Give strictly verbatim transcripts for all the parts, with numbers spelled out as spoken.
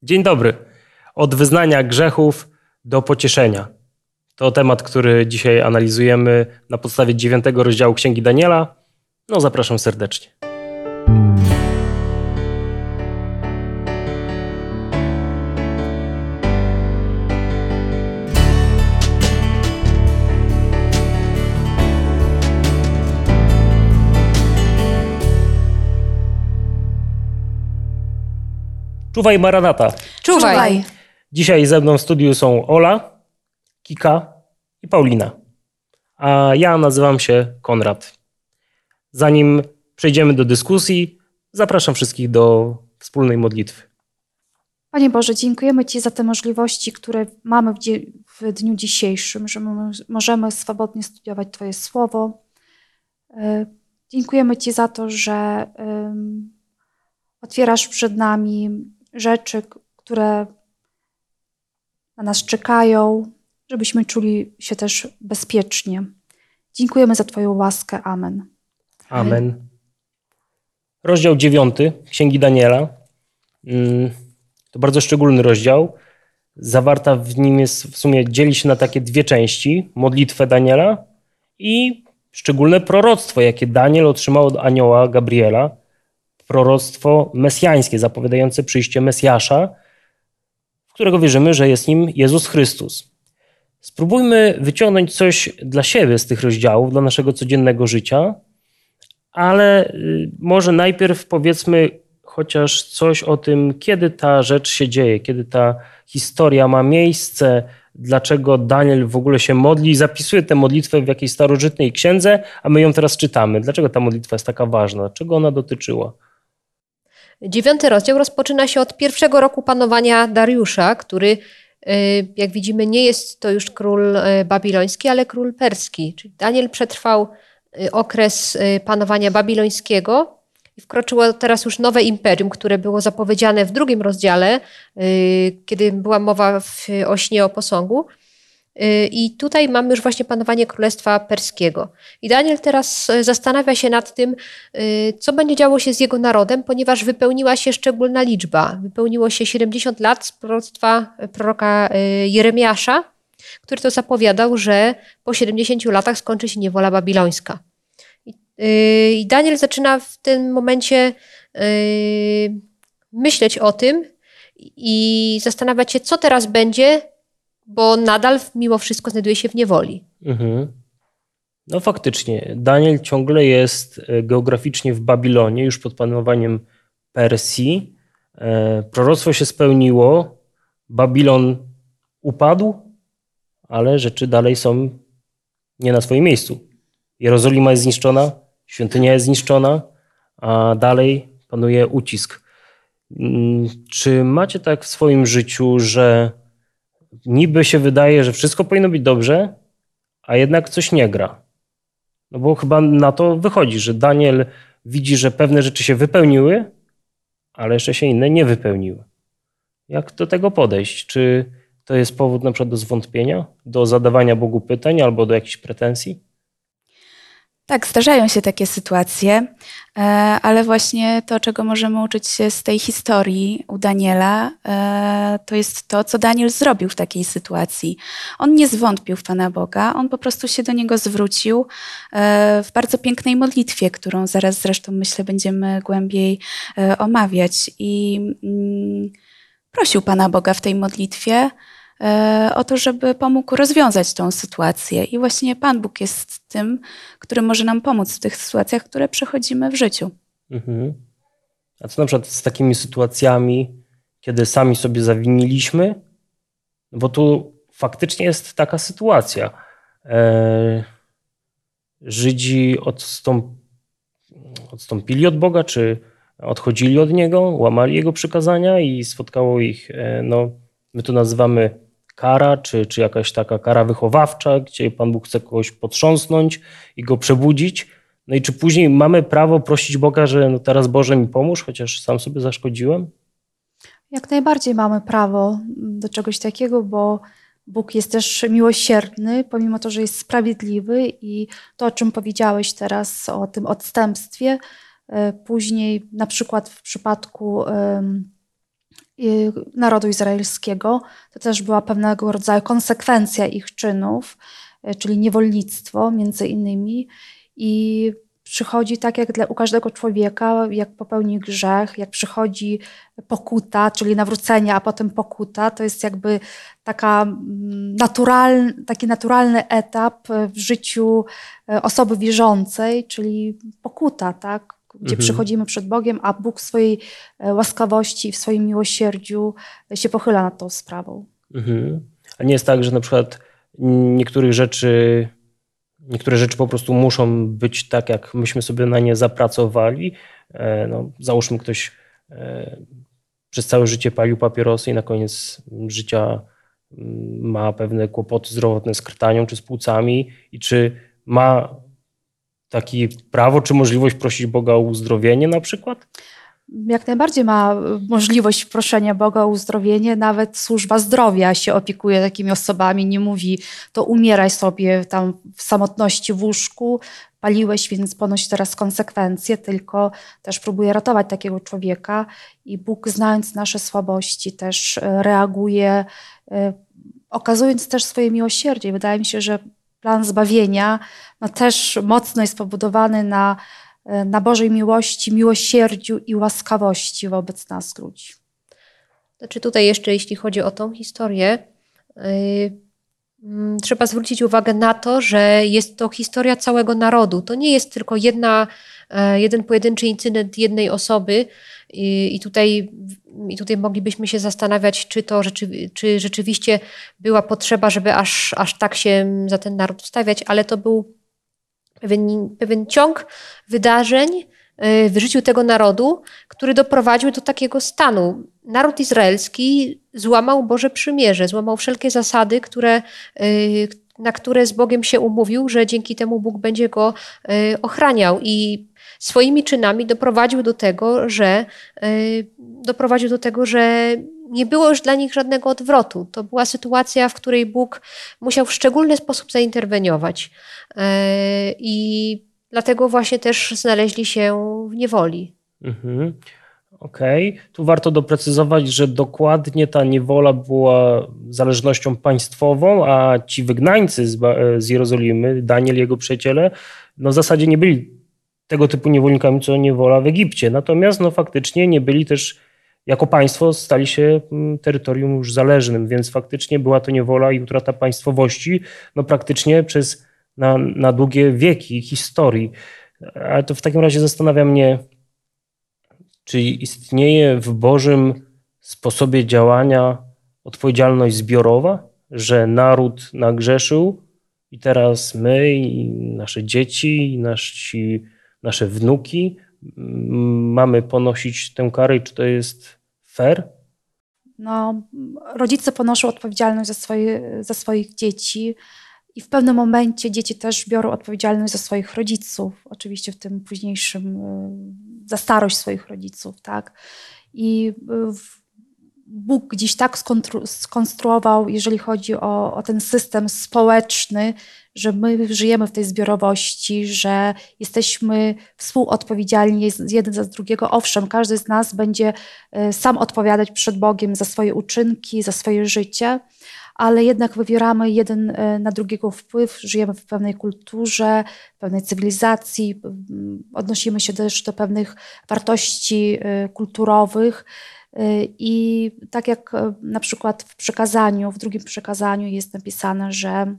Dzień dobry. Od wyznania grzechów do pocieszenia. To temat, który dzisiaj analizujemy na podstawie dziewiątego rozdziału Księgi Daniela. No, zapraszam serdecznie. Czuwaj, Maranata. Czuwaj. Dzisiaj ze mną w studiu są Ola, Kika i Paulina. A ja nazywam się Konrad. Zanim przejdziemy do dyskusji, zapraszam wszystkich do wspólnej modlitwy. Panie Boże, dziękujemy Ci za te możliwości, które mamy w, dzie- w dniu dzisiejszym, że my możemy swobodnie studiować Twoje Słowo. E, Dziękujemy Ci za to, że em, otwierasz przed nami rzeczy, które na nas czekają, żebyśmy czuli się też bezpiecznie. Dziękujemy za Twoją łaskę. Amen. Amen. Rozdział dziewiąty Księgi Daniela. To bardzo szczególny rozdział. Zawarta w nim jest, w sumie dzieli się na takie dwie części. Modlitwę Daniela i szczególne proroctwo, jakie Daniel otrzymał od anioła Gabriela. Proroctwo mesjańskie, zapowiadające przyjście Mesjasza, w którego wierzymy, że jest nim Jezus Chrystus. Spróbujmy wyciągnąć coś dla siebie z tych rozdziałów, dla naszego codziennego życia, ale może najpierw powiedzmy chociaż coś o tym, kiedy ta rzecz się dzieje, kiedy ta historia ma miejsce, dlaczego Daniel w ogóle się modli i zapisuje tę modlitwę w jakiejś starożytnej księdze, a my ją teraz czytamy. Dlaczego ta modlitwa jest taka ważna? Czego ona dotyczyła? Dziewiąty rozdział rozpoczyna się od pierwszego roku panowania Dariusza, który, jak widzimy, nie jest to już król babiloński, ale król perski. Czyli Daniel przetrwał okres panowania babilońskiego i wkroczyło teraz już nowe imperium, które było zapowiedziane w drugim rozdziale, kiedy była mowa w, o śnie o posągu. I tutaj mamy już właśnie panowanie Królestwa Perskiego. I Daniel teraz zastanawia się nad tym, co będzie działo się z jego narodem, ponieważ wypełniła się szczególna liczba. Wypełniło się siedemdziesiąt lat z proroctwa proroka Jeremiasza, który to zapowiadał, że po siedemdziesięciu latach skończy się niewola babilońska. I Daniel zaczyna w tym momencie myśleć o tym i zastanawiać się, co teraz będzie, bo nadal mimo wszystko znajduje się w niewoli. Mhm. No faktycznie, Daniel ciągle jest geograficznie w Babilonie, już pod panowaniem Persji. Proroctwo się spełniło, Babilon upadł, ale rzeczy dalej są nie na swoim miejscu. Jerozolima jest zniszczona, świątynia jest zniszczona, a dalej panuje ucisk. Czy macie tak w swoim życiu, że niby się wydaje, że wszystko powinno być dobrze, a jednak coś nie gra? No bo chyba na to wychodzi, że Daniel widzi, że pewne rzeczy się wypełniły, ale jeszcze się inne nie wypełniły. Jak do tego podejść? Czy to jest powód na przykład do zwątpienia, do zadawania Bogu pytań albo do jakichś pretensji? Tak, zdarzają się takie sytuacje, ale właśnie to, czego możemy uczyć się z tej historii u Daniela, to jest to, co Daniel zrobił w takiej sytuacji. On nie zwątpił w Pana Boga, on po prostu się do Niego zwrócił w bardzo pięknej modlitwie, którą zaraz zresztą, myślę, będziemy głębiej omawiać. I prosił Pana Boga w tej modlitwie o to, żeby pomógł rozwiązać tą sytuację. I właśnie Pan Bóg jest tym, który może nam pomóc w tych sytuacjach, które przechodzimy w życiu. Mhm. A co na przykład z takimi sytuacjami, kiedy sami sobie zawiniliśmy? Bo tu faktycznie jest taka sytuacja. E, Żydzi odstąp, odstąpili od Boga, czy odchodzili od Niego, łamali Jego przykazania i spotkało ich, e, no, my to nazywamy kara, czy, czy jakaś taka kara wychowawcza, gdzie Pan Bóg chce kogoś potrząsnąć i go przebudzić. No i czy później mamy prawo prosić Boga, że no teraz Boże mi pomóż, chociaż sam sobie zaszkodziłem? Jak najbardziej mamy prawo do czegoś takiego, bo Bóg jest też miłosierny, pomimo to, że jest sprawiedliwy i to, o czym powiedziałeś teraz, o tym odstępstwie, później na przykład w przypadku narodu izraelskiego. To też była pewnego rodzaju konsekwencja ich czynów, czyli niewolnictwo między innymi. I przychodzi tak jak dla, u każdego człowieka, jak popełni grzech, jak przychodzi pokuta, czyli nawrócenie, a potem pokuta, to jest jakby taka naturalny, taki naturalny etap w życiu osoby wierzącej, czyli pokuta, tak? Gdzie mhm. przychodzimy przed Bogiem, a Bóg w swojej łaskawości i w swoim miłosierdziu się pochyla nad tą sprawą. Mhm. A nie jest tak, że na przykład niektórych rzeczy Niektóre rzeczy po prostu muszą być tak, jak myśmy sobie na nie zapracowali. No, załóżmy, ktoś przez całe życie palił papierosy i na koniec życia ma pewne kłopoty zdrowotne z krtanią czy z płucami. I czy ma takie prawo czy możliwość prosić Boga o uzdrowienie na przykład? Jak najbardziej ma możliwość proszenia Boga o uzdrowienie. Nawet służba zdrowia się opiekuje takimi osobami. Nie mówi, to umieraj sobie tam w samotności w łóżku, paliłeś, więc ponoś teraz konsekwencje, tylko też próbuje ratować takiego człowieka. I Bóg, znając nasze słabości, też reaguje, okazując też swoje miłosierdzie. I wydaje mi się, że plan zbawienia no, też mocno jest pobudowany na na Bożej miłości, miłosierdziu i łaskawości wobec nas, ludzi. Znaczy tutaj jeszcze, jeśli chodzi o tą historię, yy, yy, trzeba zwrócić uwagę na to, że jest to historia całego narodu. To nie jest tylko jedna, yy, jeden pojedynczy incydent jednej osoby yy, i, tutaj, i tutaj moglibyśmy się zastanawiać, czy to rzeczy, czy rzeczywiście była potrzeba, żeby aż, aż tak się za ten naród wstawiać, ale to był Pewien, pewien ciąg wydarzeń w życiu tego narodu, który doprowadził do takiego stanu. Naród izraelski złamał Boże przymierze, złamał wszelkie zasady, które, na które z Bogiem się umówił, że dzięki temu Bóg będzie go ochraniał i swoimi czynami doprowadził do tego, że doprowadził do tego, że nie było już dla nich żadnego odwrotu. To była sytuacja, w której Bóg musiał w szczególny sposób zainterweniować. I dlatego właśnie też znaleźli się w niewoli. Mhm. Okej. Okay. Tu warto doprecyzować, że dokładnie ta niewola była zależnością państwową, a ci wygnańcy z, z Jerozolimy, Daniel i jego przyjaciele, no w zasadzie nie byli tego typu niewolnikami, co niewola w Egipcie. Natomiast no faktycznie nie byli też jako państwo, stali się terytorium już zależnym, więc faktycznie była to niewola i utrata państwowości no praktycznie przez na, na długie wieki historii. Ale to w takim razie zastanawia mnie, czy istnieje w Bożym sposobie działania odpowiedzialność zbiorowa, że naród nagrzeszył i teraz my i nasze dzieci i nasi, nasze wnuki mamy ponosić tę karę i czy to jest fair? No, rodzice ponoszą odpowiedzialność za, swoje, za swoich dzieci i w pewnym momencie dzieci też biorą odpowiedzialność za swoich rodziców, oczywiście w tym późniejszym, za starość swoich rodziców, tak? I Bóg gdzieś tak skonstruował, jeżeli chodzi o, o ten system społeczny, że my żyjemy w tej zbiorowości, że jesteśmy współodpowiedzialni jeden za drugiego. Owszem, każdy z nas będzie sam odpowiadać przed Bogiem za swoje uczynki, za swoje życie, ale jednak wywieramy jeden na drugiego wpływ, żyjemy w pewnej kulturze, w pewnej cywilizacji, odnosimy się też do pewnych wartości kulturowych. I tak jak na przykład w przykazaniu, w drugim przykazaniu jest napisane, że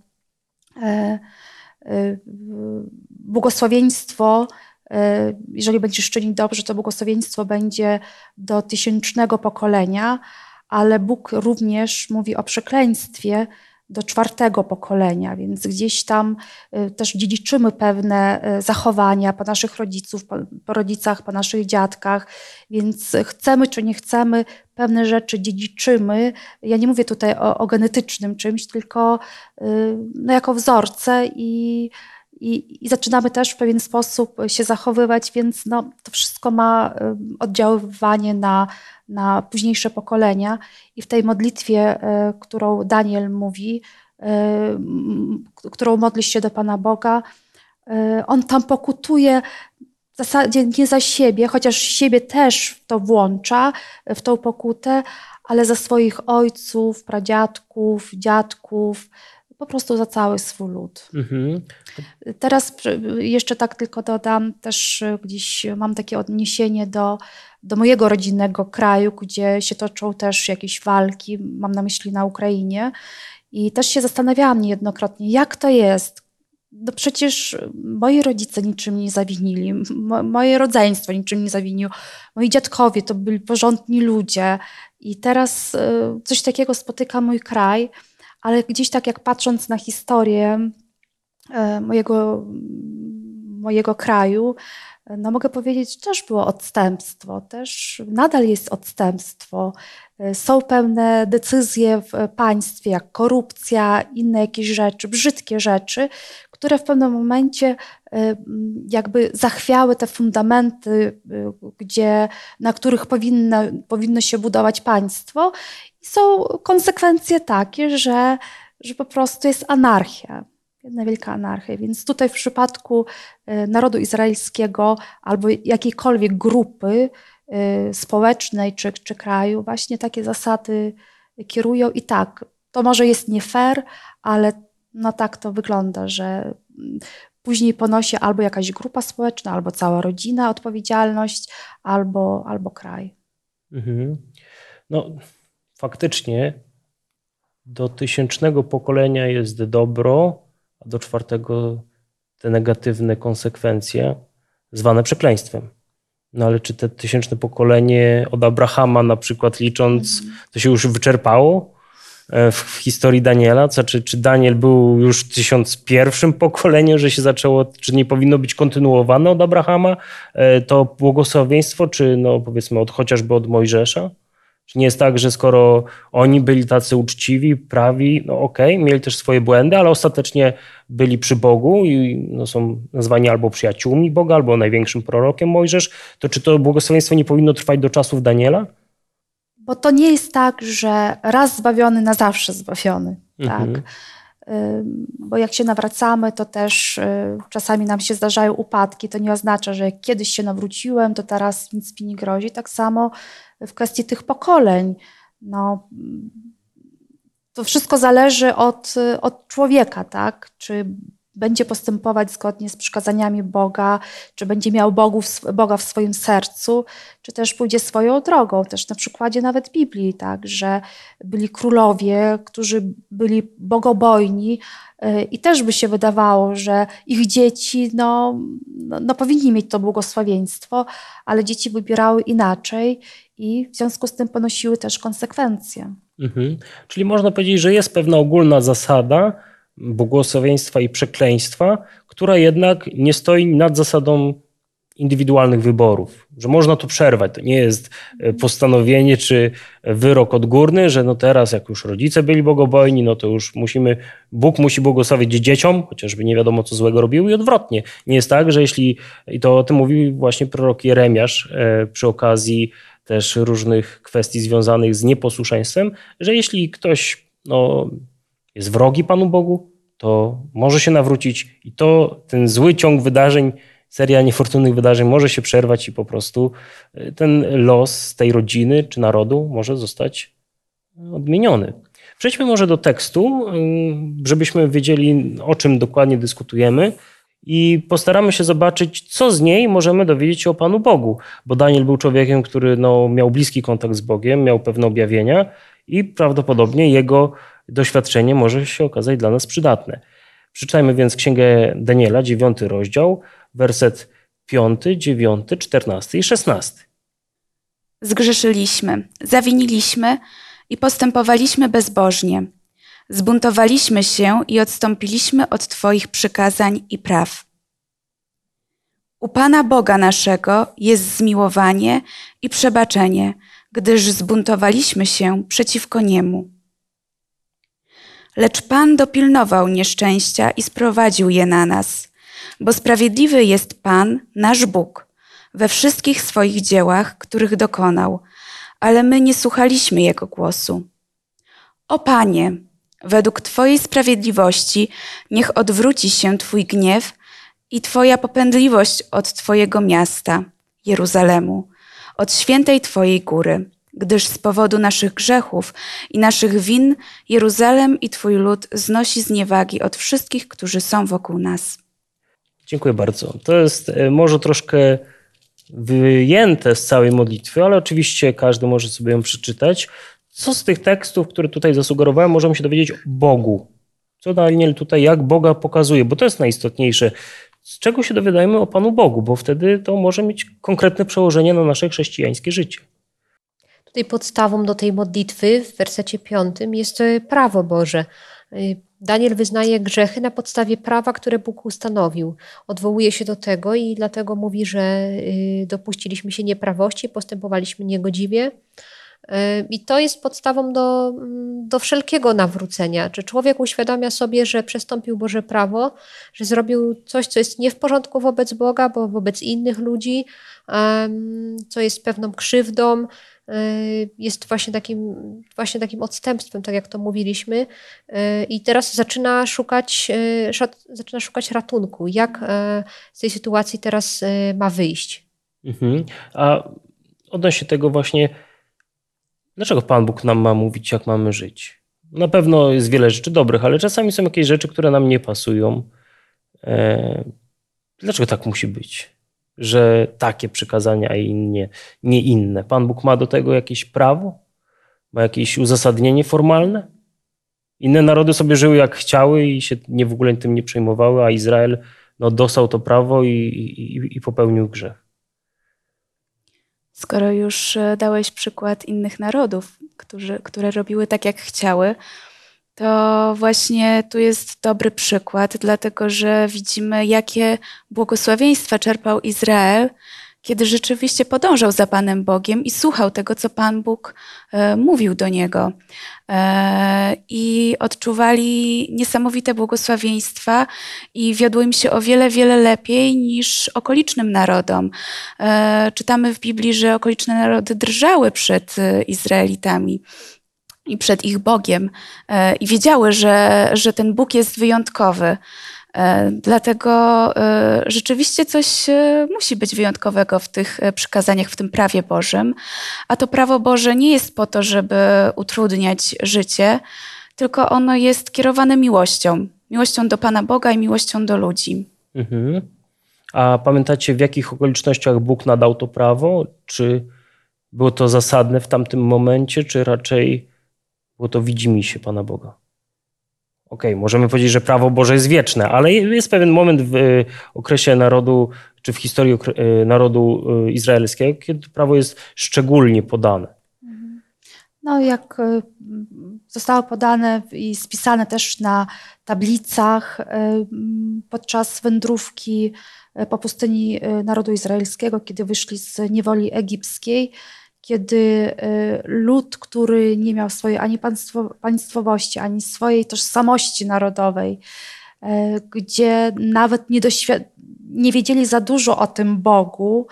błogosławieństwo, jeżeli będziesz czynić dobrze, to błogosławieństwo będzie do tysięcznego pokolenia, ale Bóg również mówi o przekleństwie do czwartego pokolenia, więc gdzieś tam też dziedziczymy pewne zachowania po naszych rodziców, po, po rodzicach, po naszych dziadkach, więc chcemy czy nie chcemy, pewne rzeczy dziedziczymy. Ja nie mówię tutaj o, o genetycznym czymś, tylko no, jako wzorce i, i, i zaczynamy też w pewien sposób się zachowywać, więc no, to wszystko ma oddziaływanie na, na późniejsze pokolenia. I w tej modlitwie, którą Daniel mówi, którą modli się do Pana Boga, on tam pokutuje w zasadzie nie za siebie, chociaż siebie też w to włącza, w tą pokutę, ale za swoich ojców, pradziadków, dziadków, po prostu za cały swój lud. Mhm. Teraz jeszcze tak tylko dodam, też gdzieś mam takie odniesienie do, do mojego rodzinnego kraju, gdzie się toczą też jakieś walki, mam na myśli na Ukrainie. I też się zastanawiałam niejednokrotnie, jak to jest. No przecież moi rodzice niczym nie zawinili, mo, moje rodzeństwo niczym nie zawiniło, moi dziadkowie to byli porządni ludzie i teraz y, coś takiego spotyka mój kraj, ale gdzieś tak jak patrząc na historię y, mojego, mojego kraju, no mogę powiedzieć, że też było odstępstwo, też nadal jest odstępstwo. Są pewne decyzje w państwie, jak korupcja, inne jakieś rzeczy, brzydkie rzeczy, które w pewnym momencie jakby zachwiały te fundamenty, gdzie, na których powinno, powinno się budować państwo. I są konsekwencje takie, że, że po prostu jest anarchia. Jedna wielka anarchia. Więc tutaj w przypadku narodu izraelskiego albo jakiejkolwiek grupy społecznej czy, czy kraju właśnie takie zasady kierują i tak, to może jest nie fair, ale no tak to wygląda, że później ponosi albo jakaś grupa społeczna, albo cała rodzina odpowiedzialność, albo, albo kraj. Mhm. No faktycznie do tysięcznego pokolenia jest dobro, a do czwartego te negatywne konsekwencje zwane przekleństwem. No ale czy te tysięczne pokolenie od Abrahama na przykład licząc, to się już wyczerpało w historii Daniela? Co, czy, czy Daniel był już tysiąc pierwszym pokoleniem, że się zaczęło, czy nie powinno być kontynuowane od Abrahama to błogosławieństwo, czy no powiedzmy od, chociażby od Mojżesza? Czy nie jest tak, że skoro oni byli tacy uczciwi, prawi, no okej, okay, mieli też swoje błędy, ale ostatecznie byli przy Bogu i no, są nazwani albo przyjaciółmi Boga, albo największym prorokiem Mojżesz, to czy to błogosławieństwo nie powinno trwać do czasów Daniela? Bo to nie jest tak, że raz zbawiony, na zawsze zbawiony. Mhm. Tak? Bo jak się nawracamy, to też czasami nam się zdarzają upadki. To nie oznacza, że jak kiedyś się nawróciłem, to teraz nic mi nie grozi. Tak samo w kwestii tych pokoleń. No, to wszystko zależy od, od człowieka, tak? Czy będzie postępować zgodnie z przykazaniami Boga, czy będzie miał Bogów, Boga w swoim sercu, czy też pójdzie swoją drogą. Też na przykładzie nawet Biblii, tak, że byli królowie, którzy byli bogobojni i też by się wydawało, że ich dzieci no, no, no powinni mieć to błogosławieństwo, ale dzieci wybierały inaczej i w związku z tym ponosiły też konsekwencje. Mhm. Czyli można powiedzieć, że jest pewna ogólna zasada błogosławieństwa i przekleństwa, która jednak nie stoi nad zasadą indywidualnych wyborów, że można to przerwać. To nie jest postanowienie czy wyrok odgórny, że no teraz jak już rodzice byli bogobojni, no to już musimy, Bóg musi błogosławić dzieciom, chociażby nie wiadomo co złego robiły i odwrotnie. Nie jest tak, że jeśli, i to o tym mówi właśnie prorok Jeremiasz przy okazji też różnych kwestii związanych z nieposłuszeństwem, że jeśli ktoś no, jest wrogi Panu Bogu, to może się nawrócić i to ten zły ciąg wydarzeń, seria niefortunnych wydarzeń może się przerwać i po prostu ten los tej rodziny czy narodu może zostać odmieniony. Przejdźmy może do tekstu, żebyśmy wiedzieli, o czym dokładnie dyskutujemy i postaramy się zobaczyć, co z niej możemy dowiedzieć się o Panu Bogu, bo Daniel był człowiekiem, który no, miał bliski kontakt z Bogiem, miał pewne objawienia i prawdopodobnie jego doświadczenie może się okazać dla nas przydatne. Przeczytajmy więc Księgę Daniela, dziewiąty rozdział, werset piąty, dziewiąty, czternasty i szesnasty. Zgrzeszyliśmy, zawiniliśmy i postępowaliśmy bezbożnie. Zbuntowaliśmy się i odstąpiliśmy od Twoich przykazań i praw. U Pana Boga naszego jest zmiłowanie i przebaczenie, gdyż zbuntowaliśmy się przeciwko Niemu. Lecz Pan dopilnował nieszczęścia i sprowadził je na nas, bo sprawiedliwy jest Pan, nasz Bóg, we wszystkich swoich dziełach, których dokonał, ale my nie słuchaliśmy Jego głosu. O Panie, według Twojej sprawiedliwości niech odwróci się Twój gniew i Twoja popędliwość od Twojego miasta, Jeruzalemu, od świętej Twojej góry. gdyż z powodu naszych grzechów i naszych win Jeruzalem i Twój lud znosi zniewagi od wszystkich, którzy są wokół nas. Dziękuję bardzo. To jest może troszkę wyjęte z całej modlitwy, ale oczywiście każdy może sobie ją przeczytać. Co z tych tekstów, które tutaj zasugerowałem, możemy się dowiedzieć o Bogu? Co Daniel tutaj, jak Boga pokazuje? Bo to jest najistotniejsze. Z czego się dowiadujemy o Panu Bogu? Bo wtedy to może mieć konkretne przełożenie na nasze chrześcijańskie życie. Tutaj podstawą do tej modlitwy w wersecie piątym jest prawo Boże. Daniel wyznaje grzechy na podstawie prawa, które Bóg ustanowił. Odwołuje się do tego i dlatego mówi, że dopuściliśmy się nieprawości, postępowaliśmy niegodziwie. I to jest podstawą do, do wszelkiego nawrócenia. Czy człowiek uświadamia sobie, że przestąpił Boże prawo, że zrobił coś, co jest nie w porządku wobec Boga, bo wobec innych ludzi, co jest pewną krzywdą, jest właśnie takim, właśnie takim odstępstwem, tak jak to mówiliśmy. I teraz zaczyna szukać, zaczyna szukać ratunku. Jak z tej sytuacji teraz ma wyjść? Mhm. A odnośnie tego właśnie, dlaczego Pan Bóg nam ma mówić, jak mamy żyć? Na pewno jest wiele rzeczy dobrych, ale czasami są jakieś rzeczy, które nam nie pasują. Dlaczego tak musi być? Że takie przykazania, a innie, nie inne. Pan Bóg ma do tego jakieś prawo? Ma jakieś uzasadnienie formalne? Inne narody sobie żyły jak chciały i się nie w ogóle tym nie przejmowały, a Izrael no, dostał to prawo i, i, i popełnił grzech. Skoro już dałeś przykład innych narodów, którzy, które robiły tak, jak chciały, to właśnie tu jest dobry przykład, dlatego że widzimy, jakie błogosławieństwa czerpał Izrael, kiedy rzeczywiście podążał za Panem Bogiem i słuchał tego, co Pan Bóg e, mówił do niego. E, I odczuwali niesamowite błogosławieństwa i wiodło im się o wiele, wiele lepiej niż okolicznym narodom. E, czytamy w Biblii, że okoliczne narody drżały przed Izraelitami i przed ich Bogiem e, i wiedziały, że, że ten Bóg jest wyjątkowy. Dlatego rzeczywiście coś musi być wyjątkowego w tych przykazaniach, w tym prawie Bożym. A to prawo Boże nie jest po to, żeby utrudniać życie, tylko ono jest kierowane miłością. Miłością do Pana Boga i miłością do ludzi. Mhm. A pamiętacie, w jakich okolicznościach Bóg nadał to prawo? Czy było to zasadne w tamtym momencie, czy raczej było to widzimisię Pana Boga? Okej, okay, możemy powiedzieć, że prawo Boże jest wieczne, ale jest pewien moment w okresie narodu, czy w historii narodu izraelskiego, kiedy prawo jest szczególnie podane. No, jak zostało podane i spisane też na tablicach podczas wędrówki po pustyni narodu izraelskiego, kiedy wyszli z niewoli egipskiej, kiedy lud, który nie miał swojej ani państwo, państwowości, ani swojej tożsamości narodowej, gdzie nawet nie, doświ- nie wiedzieli za dużo o tym Bogu,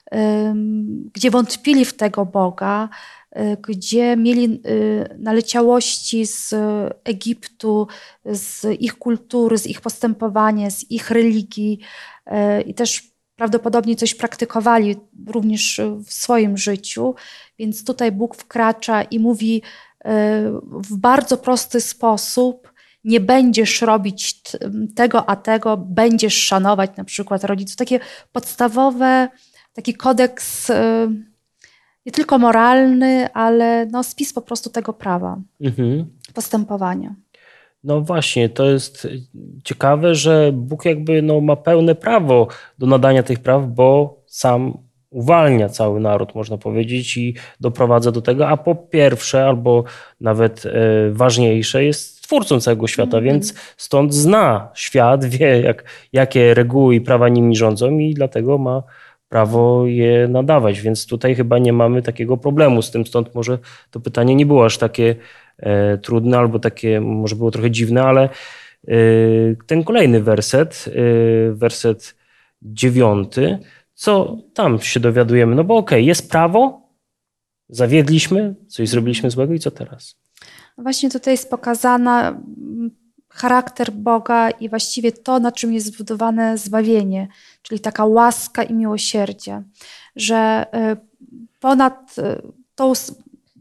gdzie wątpili w tego Boga, gdzie mieli naleciałości z Egiptu, z ich kultury, z ich postępowania, z ich religii i też prawdopodobnie coś praktykowali również w swoim życiu, więc tutaj Bóg wkracza i mówi w bardzo prosty sposób: nie będziesz robić tego, a tego, będziesz szanować na przykład rodziców. Takie podstawowe, taki kodeks nie tylko moralny, ale no spis po prostu tego prawa, mhm. postępowania. No właśnie, to jest ciekawe, że Bóg jakby no, ma pełne prawo do nadania tych praw, bo sam uwalnia cały naród, można powiedzieć, i doprowadza do tego, a po pierwsze, albo nawet e, ważniejsze, jest twórcą całego świata, mm-hmm. więc stąd zna świat, wie jak, jakie reguły i prawa nimi rządzą i dlatego ma prawo je nadawać, więc tutaj chyba nie mamy takiego problemu z tym, stąd może to pytanie nie było aż takie e, trudne, albo takie może było trochę dziwne, ale e, ten kolejny werset, e, werset dziewiąty, co tam się dowiadujemy? No bo okej, okay, jest prawo, zawiedliśmy, coś zrobiliśmy złego i co teraz? Właśnie tutaj jest pokazana charakter Boga i właściwie to, na czym jest zbudowane zbawienie, czyli taka łaska i miłosierdzie, że ponad tą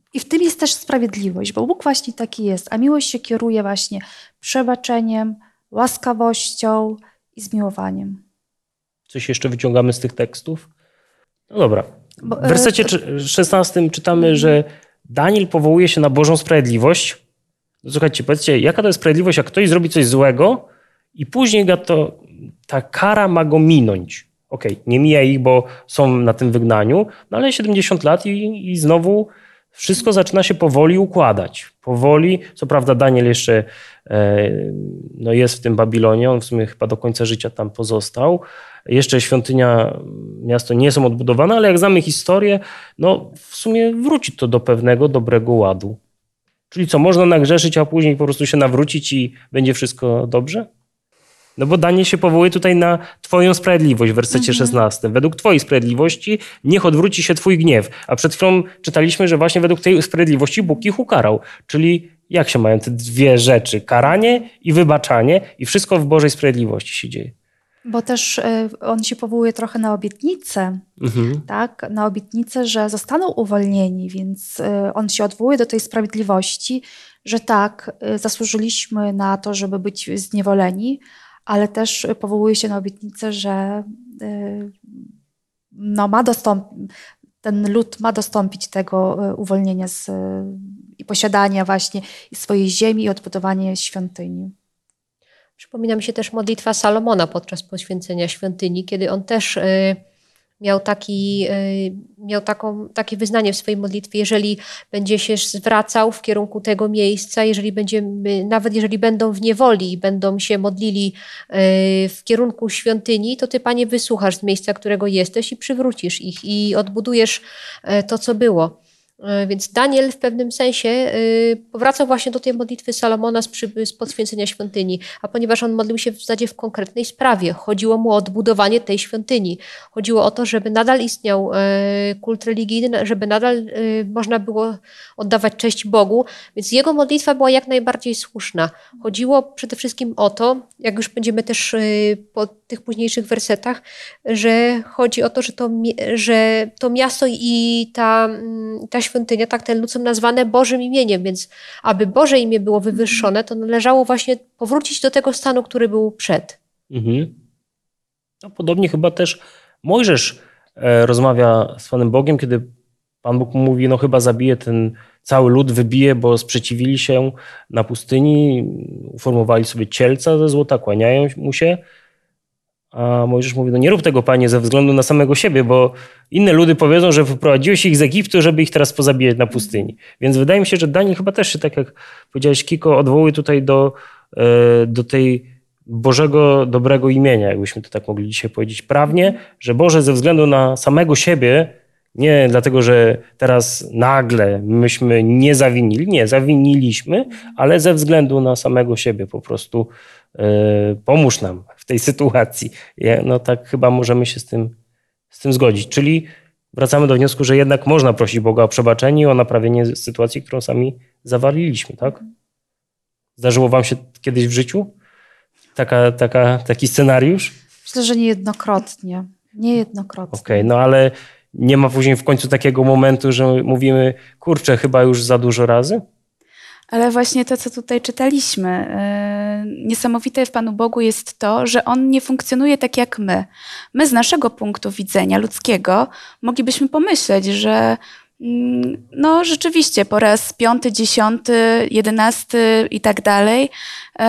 I w tym jest też sprawiedliwość, bo Bóg właśnie taki jest, a miłość się kieruje właśnie przebaczeniem, łaskawością i zmiłowaniem. Coś jeszcze wyciągamy z tych tekstów? No dobra. Bo, W wersecie szesnastym czytamy, że Daniel powołuje się na Bożą sprawiedliwość. No słuchajcie, powiedzcie, jaka to jest sprawiedliwość, jak ktoś zrobi coś złego i później ga to, ta kara ma go minąć. Okej, okay, nie mija ich, bo są na tym wygnaniu, no ale siedemdziesiąt lat i, i znowu wszystko zaczyna się powoli układać. Powoli, co prawda Daniel jeszcze e, no jest w tym Babilonie, on w sumie chyba do końca życia tam pozostał. Jeszcze świątynia, miasto nie są odbudowane, ale jak znamy historię, no w sumie wróci to do pewnego dobrego ładu. Czyli co, można nagrzeszyć, a później po prostu się nawrócić i będzie wszystko dobrze? No bo Daniel się powołuje tutaj na twoją sprawiedliwość w wersecie szesnastym. Według twojej sprawiedliwości niech odwróci się twój gniew. A przed chwilą czytaliśmy, że właśnie według tej sprawiedliwości Bóg ich ukarał. Czyli jak się mają te dwie rzeczy? Karanie i wybaczanie i wszystko w Bożej sprawiedliwości się dzieje. Bo też on się powołuje trochę na obietnicę, mhm. tak? Na obietnicę, że zostaną uwolnieni, więc on się odwołuje do tej sprawiedliwości, że tak, zasłużyliśmy na to, żeby być zniewoleni, ale też powołuje się na obietnicę, że no, ma dostąp- ten lud ma dostąpić tego uwolnienia z, i posiadania właśnie swojej ziemi i odbudowania świątyni. Przypomina mi się też modlitwa Salomona podczas poświęcenia świątyni, kiedy on też miał, taki, miał taką, takie wyznanie w swojej modlitwie, jeżeli będzie się zwracał w kierunku tego miejsca, jeżeli będziemy, nawet jeżeli będą w niewoli i będą się modlili w kierunku świątyni, to Ty, Panie, wysłuchasz z miejsca, którego jesteś i przywrócisz ich i odbudujesz to, co było. Więc Daniel w pewnym sensie powracał właśnie do tej modlitwy Salomona z, przy, z poświęcenia świątyni, a ponieważ on modlił się w zasadzie w konkretnej sprawie, chodziło mu o odbudowanie tej świątyni. Chodziło o to, żeby nadal istniał kult religijny, żeby nadal można było oddawać cześć Bogu, więc jego modlitwa była jak najbardziej słuszna. Chodziło przede wszystkim o to, jak już będziemy też po tych późniejszych wersetach, że chodzi o to, że to, że to miasto i ta, ta świątynia, tak, ten lud są nazwane Bożym imieniem, więc aby Boże imię było wywyższone, to należało właśnie powrócić do tego stanu, który był przed. Mhm. No, podobnie chyba też Mojżesz e, rozmawia z Panem Bogiem, kiedy Pan Bóg mówi, no chyba zabije ten cały lud, wybije, bo sprzeciwili się na pustyni, uformowali sobie cielca ze złota, kłaniają mu się. A Mojżesz mówi, no nie rób tego, Panie, ze względu na samego siebie, bo inne ludy powiedzą, że wyprowadziłeś ich z Egiptu, żeby ich teraz pozabijać na pustyni. Więc wydaje mi się, że Daniel chyba też się, tak jak powiedziałeś, Kiko, odwołuje tutaj do, do tej Bożego dobrego imienia, jakbyśmy to tak mogli dzisiaj powiedzieć prawnie, że Boże ze względu na samego siebie, nie dlatego, że teraz nagle myśmy nie zawinili, nie, zawiniliśmy, ale ze względu na samego siebie po prostu yy, pomóż nam w tej sytuacji. No tak chyba możemy się z tym, z tym zgodzić. Czyli wracamy do wniosku, że jednak można prosić Boga o przebaczenie i o naprawienie sytuacji, którą sami zawaliliśmy, tak? Zdarzyło wam się kiedyś w życiu taka, taka, taki scenariusz? Myślę, że niejednokrotnie. Niejednokrotnie. Okej, okay, no ale nie ma później w końcu takiego momentu, że mówimy, kurczę, chyba już za dużo razy? Ale właśnie to, co tutaj czytaliśmy, yy, niesamowite w Panu Bogu jest to, że On nie funkcjonuje tak jak my. My z naszego punktu widzenia ludzkiego moglibyśmy pomyśleć, że yy, no rzeczywiście po raz piąty, dziesiąty, jedenasty i tak dalej yy,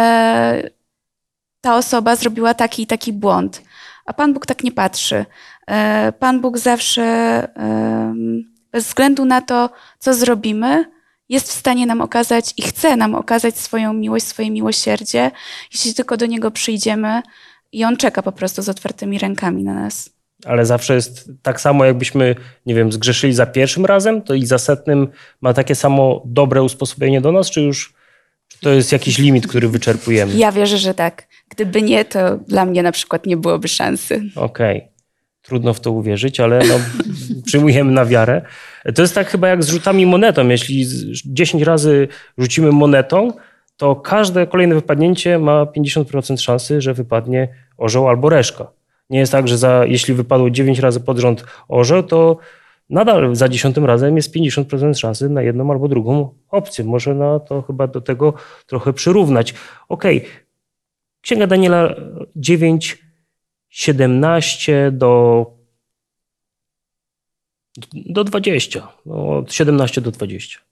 ta osoba zrobiła taki i taki błąd. A Pan Bóg tak nie patrzy. Yy, Pan Bóg zawsze yy, bez względu na to, co zrobimy, jest w stanie nam okazać i chce nam okazać swoją miłość, swoje miłosierdzie, jeśli tylko do Niego przyjdziemy i On czeka po prostu z otwartymi rękami na nas. Ale zawsze jest tak samo, jakbyśmy, nie wiem, zgrzeszyli za pierwszym razem, to i za setnym ma takie samo dobre usposobienie do nas, czy już czy to jest jakiś limit, który wyczerpujemy? Ja wierzę, że tak. Gdyby nie, to dla mnie na przykład nie byłoby szansy. Okej. Okay. Trudno w to uwierzyć, ale no, przyjmujemy na wiarę. To jest tak chyba jak z rzutami monetą. Jeśli dziesięć razy rzucimy monetą, to każde kolejne wypadnięcie ma pięćdziesiąt procent szansy, że wypadnie orzeł albo reszka. Nie jest tak, że za, jeśli wypadło dziewięć razy pod rząd orzeł, to nadal za dziesiątym razem jest pięćdziesiąt procent szansy na jedną albo drugą opcję. Można to chyba do tego trochę przyrównać. Okej, Księga Daniela dziewięć, siedemnaście do, do dwudziestu, no, od siedemnaście do dwudziestu.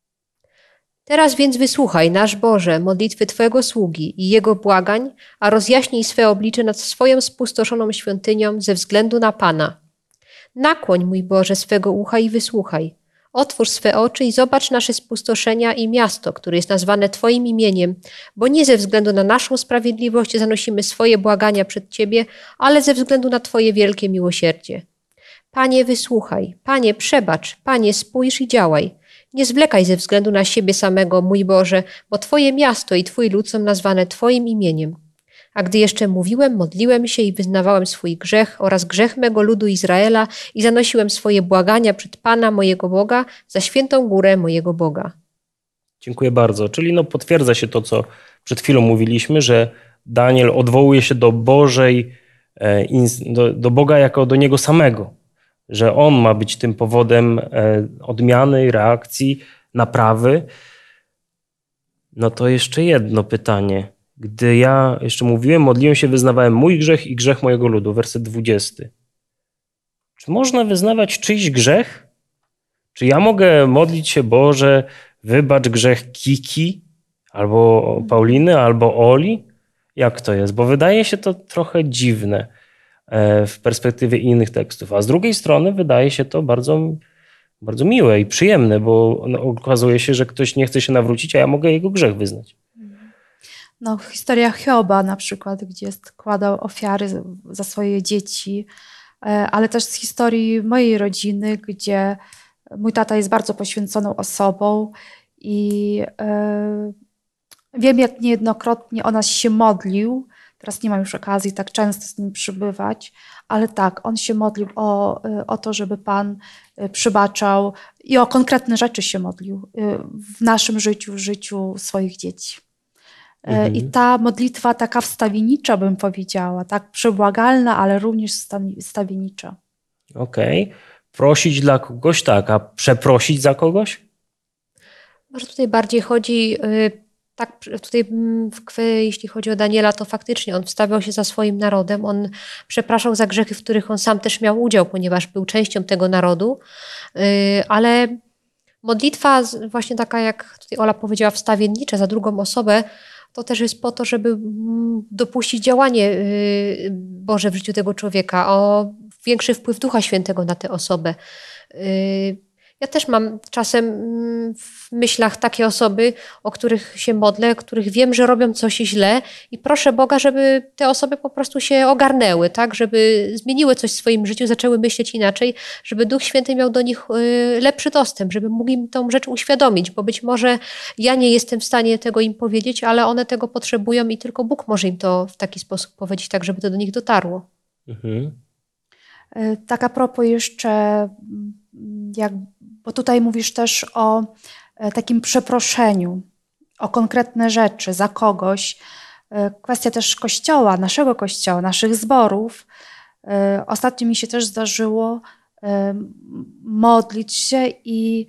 Teraz więc wysłuchaj, nasz Boże, modlitwy Twojego sługi i jego błagań, a rozjaśnij swe oblicze nad swoją spustoszoną świątynią ze względu na Pana. Nakłoń, mój Boże, swego ucha i wysłuchaj. Otwórz swe oczy i zobacz nasze spustoszenia i miasto, które jest nazwane Twoim imieniem, bo nie ze względu na naszą sprawiedliwość zanosimy swoje błagania przed Ciebie, ale ze względu na Twoje wielkie miłosierdzie. Panie, wysłuchaj. Panie, przebacz. Panie, spójrz i działaj. Nie zwlekaj ze względu na siebie samego, mój Boże, bo Twoje miasto i Twój lud są nazwane Twoim imieniem. A gdy jeszcze mówiłem, modliłem się i wyznawałem swój grzech oraz grzech mego ludu Izraela i zanosiłem swoje błagania przed Pana mojego Boga za świętą górę mojego Boga. Dziękuję bardzo. Czyli no potwierdza się to, co przed chwilą mówiliśmy, że Daniel odwołuje się do Bożej, do, do Boga jako do Niego samego. Że On ma być tym powodem odmiany, reakcji, naprawy. No to jeszcze jedno pytanie. Gdy ja jeszcze mówiłem, modliłem się, wyznawałem mój grzech i grzech mojego ludu, werset dwudziesty. Czy można wyznawać czyjś grzech? Czy ja mogę modlić się, Boże, wybacz grzech Kiki, albo Pauliny, albo Oli? Jak to jest? Bo wydaje się to trochę dziwne w perspektywie innych tekstów. A z drugiej strony wydaje się to bardzo, bardzo miłe i przyjemne, bo okazuje się, że ktoś nie chce się nawrócić, a ja mogę jego grzech wyznać. No, historia Hioba na przykład, gdzie składał ofiary za swoje dzieci, ale też z historii mojej rodziny, gdzie mój tata jest bardzo poświęconą osobą i wiem, jak niejednokrotnie o nas się modlił. Teraz nie mam już okazji tak często z nim przybywać, ale tak, on się modlił o, o to, żeby Pan przybaczał i o konkretne rzeczy się modlił w naszym życiu, w życiu swoich dzieci. Mhm. I ta modlitwa taka wstawiennicza, bym powiedziała, tak przebłagalna, ale również wstawiennicza. Okej. Okay. Prosić dla kogoś, tak, a przeprosić za kogoś? Może tutaj bardziej chodzi, tak tutaj jeśli chodzi o Daniela, to faktycznie on wstawiał się za swoim narodem, on przepraszał za grzechy, w których on sam też miał udział, ponieważ był częścią tego narodu, ale modlitwa właśnie taka, jak tutaj Ola powiedziała, wstawiennicza za drugą osobę, to też jest po to, żeby dopuścić działanie Boże w życiu tego człowieka, o większy wpływ Ducha Świętego na tę osobę. Ja też mam czasem w myślach takie osoby, o których się modlę, których wiem, że robią coś źle i proszę Boga, żeby te osoby po prostu się ogarnęły, tak, żeby zmieniły coś w swoim życiu, zaczęły myśleć inaczej, żeby Duch Święty miał do nich lepszy dostęp, żeby mógł im tą rzecz uświadomić, bo być może ja nie jestem w stanie tego im powiedzieć, ale one tego potrzebują i tylko Bóg może im to w taki sposób powiedzieć, tak, żeby to do nich dotarło. Mhm. Tak a propos jeszcze, jak, bo tutaj mówisz też o takim przeproszeniu, o konkretne rzeczy za kogoś. Kwestia też Kościoła, naszego Kościoła, naszych zborów. Ostatnio mi się też zdarzyło modlić się i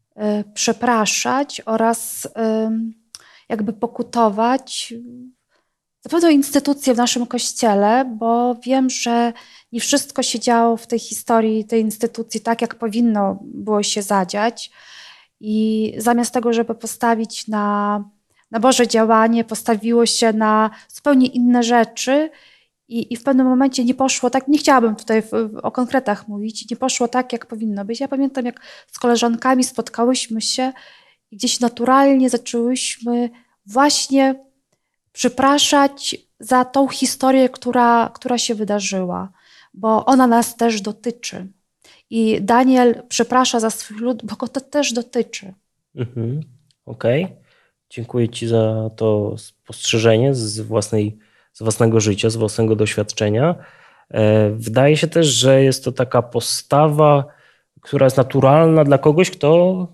przepraszać oraz jakby pokutować za pewną instytucję w naszym Kościele, bo wiem, że nie wszystko się działo w tej historii tej instytucji tak, jak powinno było się zadziać. I zamiast tego, żeby postawić na, na Boże działanie, postawiło się na zupełnie inne rzeczy i, i w pewnym momencie nie poszło tak, nie chciałabym tutaj w, o konkretach mówić, nie poszło tak, jak powinno być. Ja pamiętam, jak z koleżankami spotkałyśmy się i gdzieś naturalnie zaczęłyśmy właśnie przepraszać za tą historię, która, która się wydarzyła, bo ona nas też dotyczy. I Daniel przeprasza za swój lud, bo go to też dotyczy. Mhm. Okej. Okay. Dziękuję Ci za to spostrzeżenie z, własnej, z własnego życia, z własnego doświadczenia. Wydaje się też, że jest to taka postawa, która jest naturalna dla kogoś, kto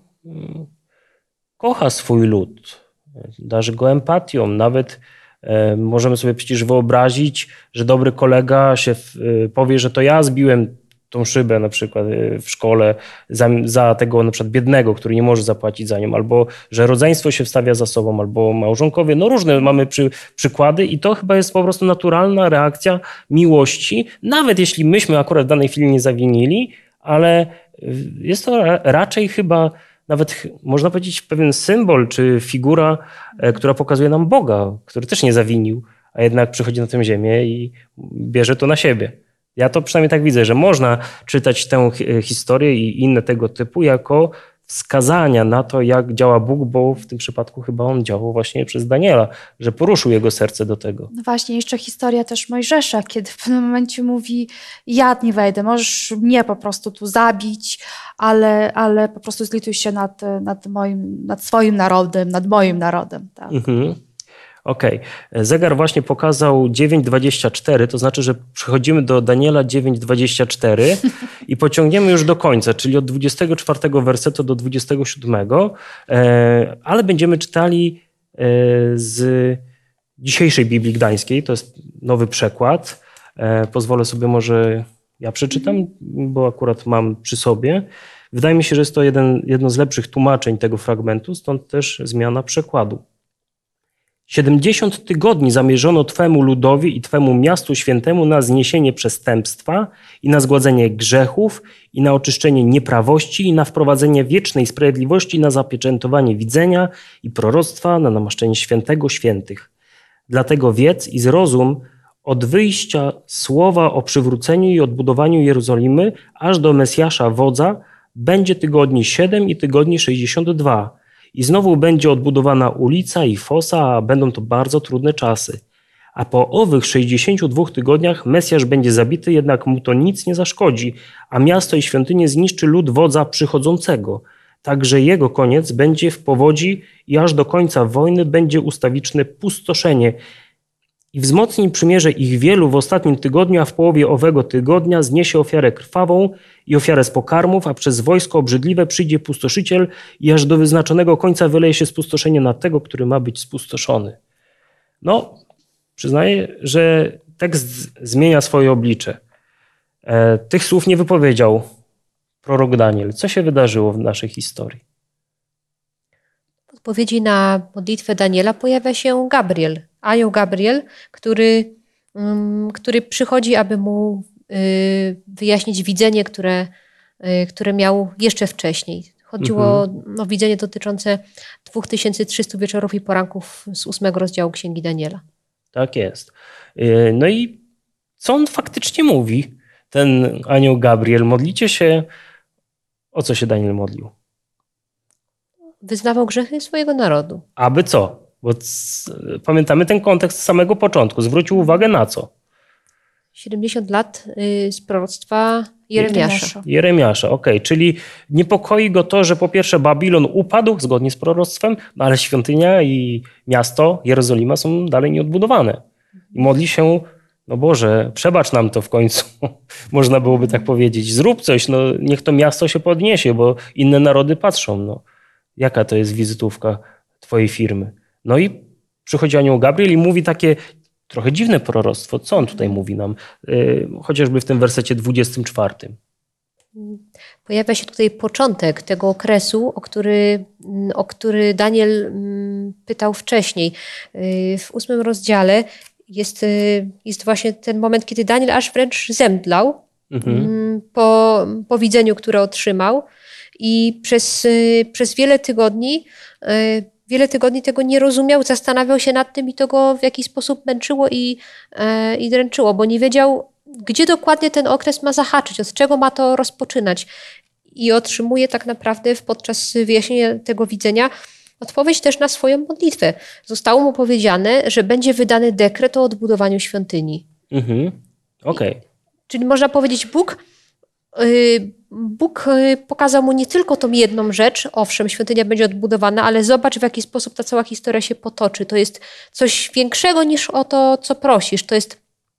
kocha swój lud. Darzy go empatią. Nawet e, możemy sobie przecież wyobrazić, że dobry kolega się w, e, powie, że to ja zbiłem tą szybę na przykład w szkole za, za tego na przykład biednego, który nie może zapłacić za nią, albo że rodzeństwo się wstawia za sobą, albo małżonkowie. No różne mamy przy, przykłady i to chyba jest po prostu naturalna reakcja miłości, nawet jeśli myśmy akurat w danej chwili nie zawinili, ale jest to raczej chyba nawet można powiedzieć pewien symbol czy figura, która pokazuje nam Boga, który też nie zawinił, a jednak przychodzi na tę ziemię i bierze to na siebie. Ja to przynajmniej tak widzę, że można czytać tę historię i inne tego typu jako wskazania na to, jak działa Bóg, bo w tym przypadku chyba on działał właśnie przez Daniela, że poruszył jego serce do tego. No właśnie, jeszcze historia też Mojżesza, kiedy w pewnym momencie mówi, ja nie wejdę, możesz mnie po prostu tu zabić, ale, ale po prostu zlituj się nad, nad, moim, nad swoim narodem, nad moim narodem. Tak. Mhm. Okej. Okay. Zegar właśnie pokazał dziewięć dwadzieścia cztery, to znaczy, że przechodzimy do Daniela dziewięć dwadzieścia cztery i pociągniemy już do końca, czyli od dwudziestego czwartego wersetu do dwudziestego siódmego, ale będziemy czytali z dzisiejszej Biblii Gdańskiej, to jest nowy przekład. Pozwolę sobie może, ja przeczytam, bo akurat mam przy sobie. Wydaje mi się, że jest to jeden, jedno z lepszych tłumaczeń tego fragmentu, stąd też zmiana przekładu. Siedemdziesiąt tygodni zamierzono Twemu ludowi i Twemu miastu świętemu na zniesienie przestępstwa i na zgładzenie grzechów i na oczyszczenie nieprawości i na wprowadzenie wiecznej sprawiedliwości, na zapieczętowanie widzenia i proroctwa, na namaszczenie świętego świętych. Dlatego wiedz i zrozum od wyjścia słowa o przywróceniu i odbudowaniu Jerozolimy aż do Mesjasza wodza będzie tygodni siedem i tygodni sześćdziesiąt dwa. I znowu będzie odbudowana ulica i fosa, a będą to bardzo trudne czasy. A po owych sześćdziesięciu dwóch tygodniach Mesjasz będzie zabity, jednak mu to nic nie zaszkodzi, a miasto i świątynię zniszczy lud wodza przychodzącego. Także jego koniec będzie w powodzi i aż do końca wojny będzie ustawiczne pustoszenie. I wzmocni przymierze ich wielu w ostatnim tygodniu, a w połowie owego tygodnia zniesie ofiarę krwawą i ofiarę z pokarmów, a przez wojsko obrzydliwe przyjdzie pustoszyciel i aż do wyznaczonego końca wyleje się spustoszenie na tego, który ma być spustoszony. No, przyznaję, że tekst zmienia swoje oblicze. E, tych słów nie wypowiedział prorok Daniel. Co się wydarzyło w naszej historii? W odpowiedzi na modlitwę Daniela pojawia się Gabriel, anioł Gabriel, który, um, który przychodzi, aby mu y, wyjaśnić widzenie, które, y, które miał jeszcze wcześniej. Chodziło mhm. o widzenie dotyczące dwa tysiące trzysta wieczorów i poranków z ósmego rozdziału Księgi Daniela. Tak jest. Y, no i co on faktycznie mówi, ten anioł Gabriel? Modlicie się, o co się Daniel modlił? Wyznawał grzechy swojego narodu. Aby co? Bo c- pamiętamy ten kontekst z samego początku. Zwrócił uwagę na co? siedemdziesiąt lat y, z proroctwa Jeremiasza. Jeremiasza, okej. Okay. Czyli niepokoi go to, że po pierwsze Babilon upadł zgodnie z proroctwem, no ale świątynia i miasto Jerozolima są dalej nieodbudowane. I modli się, no Boże, przebacz nam to w końcu. Można byłoby tak powiedzieć. Zrób coś, no niech to miasto się podniesie, bo inne narody patrzą. No. Jaka to jest wizytówka twojej firmy? No i przychodzi anioł Gabriel i mówi takie trochę dziwne proroctwo. Co on tutaj mówi nam? Yy, chociażby w tym wersecie dwudziestym czwartym. Pojawia się tutaj początek tego okresu, o który, o który Daniel pytał wcześniej. W ósmym rozdziale jest, jest właśnie ten moment, kiedy Daniel aż wręcz zemdlał mhm. po, po widzeniu, które otrzymał. I przez, przez wiele tygodni wiele tygodni tego nie rozumiał, zastanawiał się nad tym i to go w jakiś sposób męczyło i, i dręczyło, bo nie wiedział, gdzie dokładnie ten okres ma zahaczyć, od czego ma to rozpoczynać. I otrzymuje tak naprawdę podczas wyjaśnienia tego widzenia odpowiedź też na swoją modlitwę. Zostało mu powiedziane, że będzie wydany dekret o odbudowaniu świątyni. Mhm. Okej. Okay. Czyli można powiedzieć, Bóg... Yy, Bóg pokazał mu nie tylko tą jedną rzecz, owszem, świątynia będzie odbudowana, ale zobacz, w jaki sposób ta cała historia się potoczy. To jest coś większego niż o to, co prosisz. To jest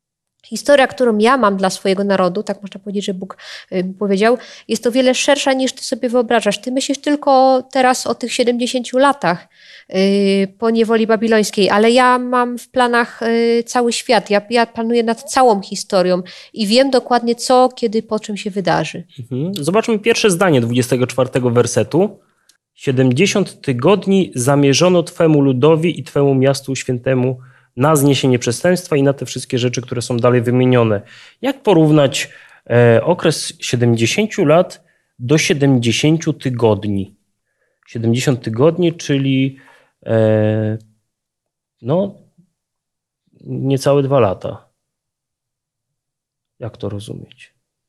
historia, którą ja mam dla swojego narodu, tak można powiedzieć, że Bóg powiedział, jest o wiele szersza niż ty sobie wyobrażasz. Ty myślisz tylko teraz o tych siedemdziesięciu latach po niewoli babilońskiej, ale ja mam w planach cały świat. Ja, ja planuję nad całą historią i wiem dokładnie co, kiedy, po czym się wydarzy. Mhm. Zobaczmy pierwsze zdanie dwudziestego czwartego wersetu. Siedemdziesiąt tygodni zamierzono Twemu ludowi i Twemu miastu świętemu na zniesienie przestępstwa i na te wszystkie rzeczy, które są dalej wymienione. Jak porównać e, okres siedemdziesięciu lat do siedemdziesięciu tygodni? siedemdziesiąt tygodni, czyli e, no niecałe dwa lata. Jak to rozumieć?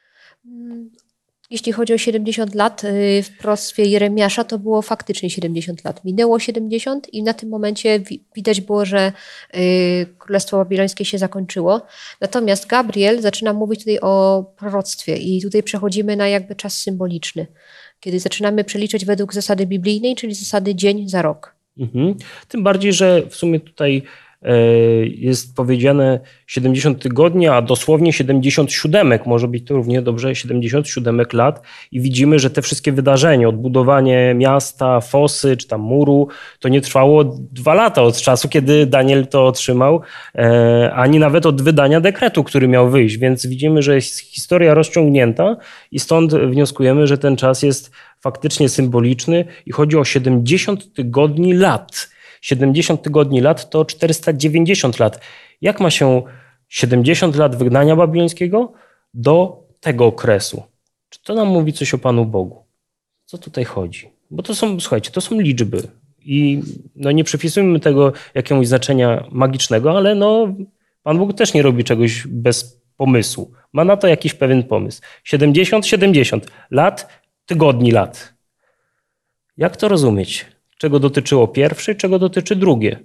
Jeśli chodzi o siedemdziesiąt lat w proroctwie Jeremiasza, to było faktycznie siedemdziesiąt lat. Minęło siedemdziesiąt i na tym momencie widać było, że Królestwo Babilońskie się zakończyło. Natomiast Gabriel zaczyna mówić tutaj o proroctwie i tutaj przechodzimy na jakby czas symboliczny, kiedy zaczynamy przeliczać według zasady biblijnej, czyli zasady dzień za rok. Mhm. Tym bardziej, że w sumie tutaj jest powiedziane siedemdziesiąt tygodni, a dosłownie siedemdziesiąt siódemek, może być to równie dobrze siedemdziesiąt siódemek lat i widzimy, że te wszystkie wydarzenia, odbudowanie miasta, fosy czy tam muru, to nie trwało dwa lata od czasu, kiedy Daniel to otrzymał, ani nawet od wydania dekretu, który miał wyjść, więc widzimy, że jest historia rozciągnięta i stąd wnioskujemy, że ten czas jest faktycznie symboliczny i chodzi o siedemdziesiąt tygodni lat. siedemdziesiąt tygodni lat to czterysta dziewięćdziesiąt lat. Jak ma się siedemdziesiąt lat wygnania babilońskiego do tego okresu? Czy to nam mówi coś o Panu Bogu? Co tutaj chodzi? Bo to są, słuchajcie, to są liczby i no nie przypisujemy tego jakiegoś znaczenia magicznego, ale no Pan Bóg też nie robi czegoś bez pomysłu. Ma na to jakiś pewien pomysł. siedemdziesiąt, siedemdziesiąt lat, tygodni lat. Jak to rozumieć? Czego dotyczyło pierwsze, czego dotyczy drugie.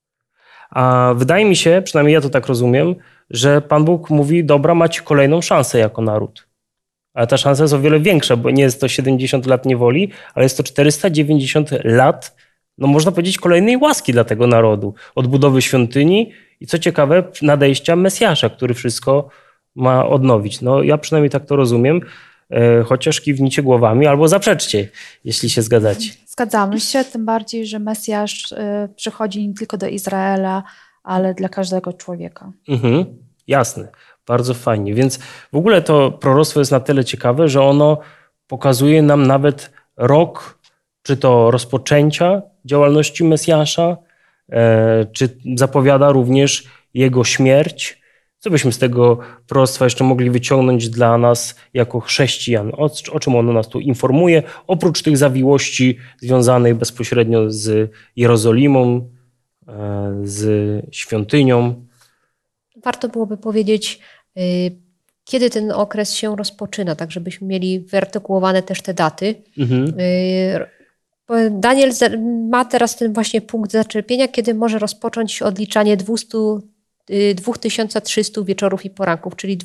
A wydaje mi się, przynajmniej ja to tak rozumiem, że Pan Bóg mówi, dobra, macie kolejną szansę jako naród. Ale ta szansa jest o wiele większa, bo nie jest to siedemdziesiąt lat niewoli, ale jest to czterysta dziewięćdziesiąt lat, no można powiedzieć, kolejnej łaski dla tego narodu. Odbudowy świątyni i co ciekawe, nadejścia Mesjasza, który wszystko ma odnowić. No ja przynajmniej tak to rozumiem, chociaż kiwnijcie głowami albo zaprzeczcie, jeśli się zgadzacie. Zgadzamy się, tym bardziej, że Mesjasz przychodzi nie tylko do Izraela, ale dla każdego człowieka. Mhm, jasne, bardzo fajnie. Więc w ogóle to proroctwo jest na tyle ciekawe, że ono pokazuje nam nawet rok, czy to rozpoczęcia działalności Mesjasza, czy zapowiada również jego śmierć. Co byśmy z tego proroctwa jeszcze mogli wyciągnąć dla nas jako chrześcijan? O, o czym ono nas tu informuje? Oprócz tych zawiłości związanych bezpośrednio z Jerozolimą, z świątynią. Warto byłoby powiedzieć, kiedy ten okres się rozpoczyna, tak żebyśmy mieli wyartykułowane też te daty. Mhm. Daniel ma teraz ten właśnie punkt zaczepienia, kiedy może rozpocząć odliczanie dwa tysiące trzysta wieczorów i poranków, czyli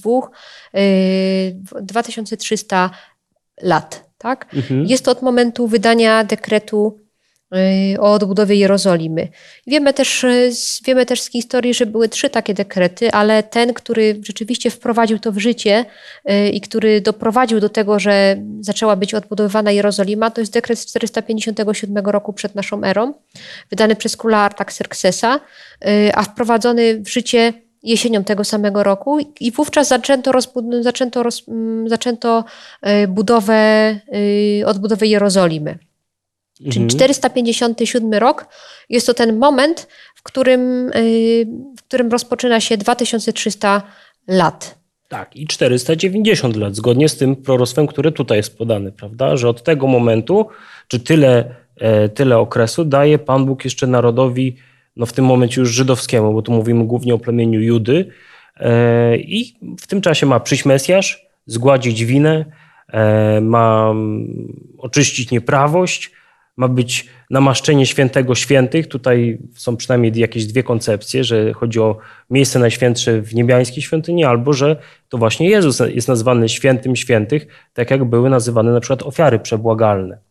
dwa tysiące trzysta lat. Tak? Mhm. Jest to od momentu wydania dekretu o odbudowie Jerozolimy. Wiemy też, wiemy też z historii, że były trzy takie dekrety, ale ten, który rzeczywiście wprowadził to w życie i który doprowadził do tego, że zaczęła być odbudowywana Jerozolima, to jest dekret z czterysta pięćdziesiątego siódmego roku przed naszą erą, wydany przez króla Artaxerxesa, a wprowadzony w życie jesienią tego samego roku i wówczas zaczęto, rozbud- zaczęto, roz- zaczęto budowę, odbudowę Jerozolimy. Mhm. Czyli czterysta pięćdziesiąty siódmy rok jest to ten moment, w którym, w którym rozpoczyna się dwa tysiące trzysta lat. Tak, i czterysta dziewięćdziesiąt lat, zgodnie z tym proroctwem, które tutaj jest podane, prawda? Że od tego momentu, czy tyle, tyle okresu daje Pan Bóg jeszcze narodowi, no w tym momencie już żydowskiemu, bo tu mówimy głównie o plemieniu Judy, i w tym czasie ma przyjść Mesjasz, zgładzić winę, ma oczyścić nieprawość, ma być namaszczenie świętego świętych. Tutaj są przynajmniej jakieś dwie koncepcje, że chodzi o miejsce najświętsze w niebiańskiej świątyni, albo że to właśnie Jezus jest nazwany świętym świętych, tak jak były nazywane na przykład ofiary przebłagalne.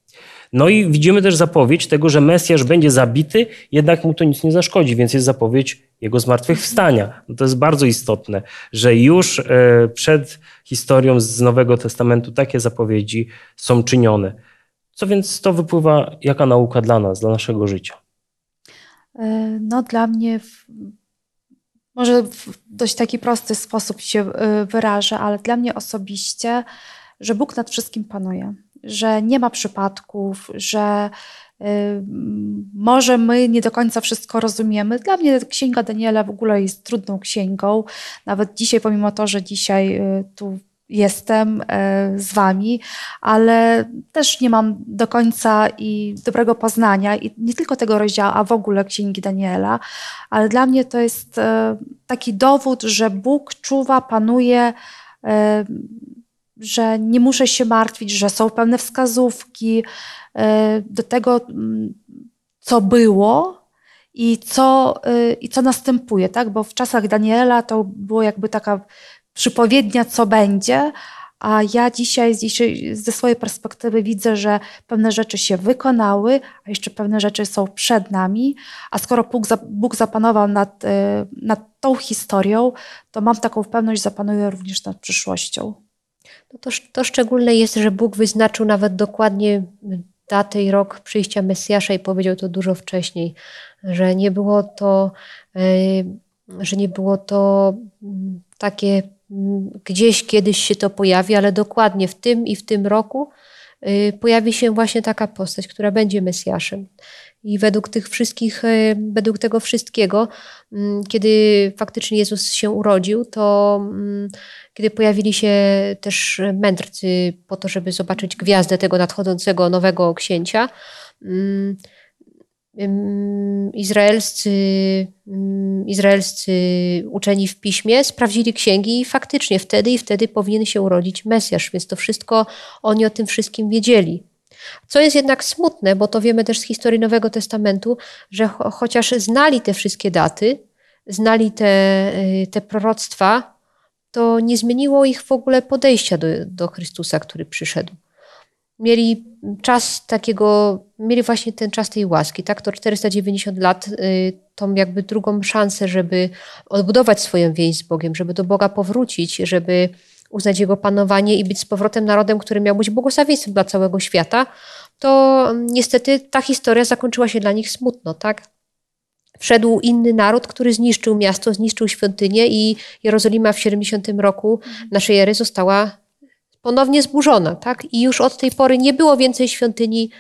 No i widzimy też zapowiedź tego, że Mesjasz będzie zabity, jednak mu to nic nie zaszkodzi, więc jest zapowiedź jego zmartwychwstania. No to jest bardzo istotne, że już przed historią z Nowego Testamentu takie zapowiedzi są czynione. Co więc z to wypływa, jaka nauka dla nas, dla naszego życia? No dla mnie, w, może w dość taki prosty sposób się wyrażę, ale dla mnie osobiście, że Bóg nad wszystkim panuje, że nie ma przypadków, że y, może my nie do końca wszystko rozumiemy. Dla mnie Księga Daniela w ogóle jest trudną księgą. Nawet dzisiaj, pomimo to, że dzisiaj y, tu jestem z wami, ale też nie mam do końca i dobrego poznania i nie tylko tego rozdziału, a w ogóle Księgi Daniela, ale dla mnie to jest taki dowód, że Bóg czuwa, panuje, że nie muszę się martwić, że są pewne wskazówki do tego, co było i co, i co następuje, tak? Bo w czasach Daniela to było jakby taka przypowiednia, co będzie, a ja dzisiaj ze swojej perspektywy widzę, że pewne rzeczy się wykonały, a jeszcze pewne rzeczy są przed nami, a skoro Bóg, Bóg zapanował nad, nad tą historią, to mam taką pewność, że zapanuje również nad przyszłością. No to, to szczególne jest, że Bóg wyznaczył nawet dokładnie datę i rok przyjścia Mesjasza i powiedział to dużo wcześniej, że nie było to, że nie było to takie gdzieś kiedyś się to pojawi, ale dokładnie w tym i w tym roku pojawi się właśnie taka postać, która będzie Mesjaszem. I według tych wszystkich, według tego wszystkiego, kiedy faktycznie Jezus się urodził, to kiedy pojawili się też mędrcy po to, żeby zobaczyć gwiazdę tego nadchodzącego nowego księcia, Izraelscy, izraelscy uczeni w piśmie sprawdzili księgi i faktycznie wtedy i wtedy powinien się urodzić Mesjasz, więc to wszystko oni o tym wszystkim wiedzieli. Co jest jednak smutne, bo to wiemy też z historii Nowego Testamentu, że cho- chociaż znali te wszystkie daty, znali te, te proroctwa, to nie zmieniło ich w ogóle podejścia do, do Chrystusa, który przyszedł. Mieli czas takiego, mieli właśnie ten czas tej łaski, tak? To czterysta dziewięćdziesiąt lat, tą jakby drugą szansę, żeby odbudować swoją więź z Bogiem, żeby do Boga powrócić, żeby uznać Jego panowanie i być z powrotem narodem, który miał być błogosławieństwem dla całego świata, to niestety ta historia zakończyła się dla nich smutno, tak? Wszedł inny naród, który zniszczył miasto, zniszczył świątynię i Jerozolima w siedemdziesiątym roku naszej ery została ponownie zburzona, tak? I już od tej pory nie było więcej świątyni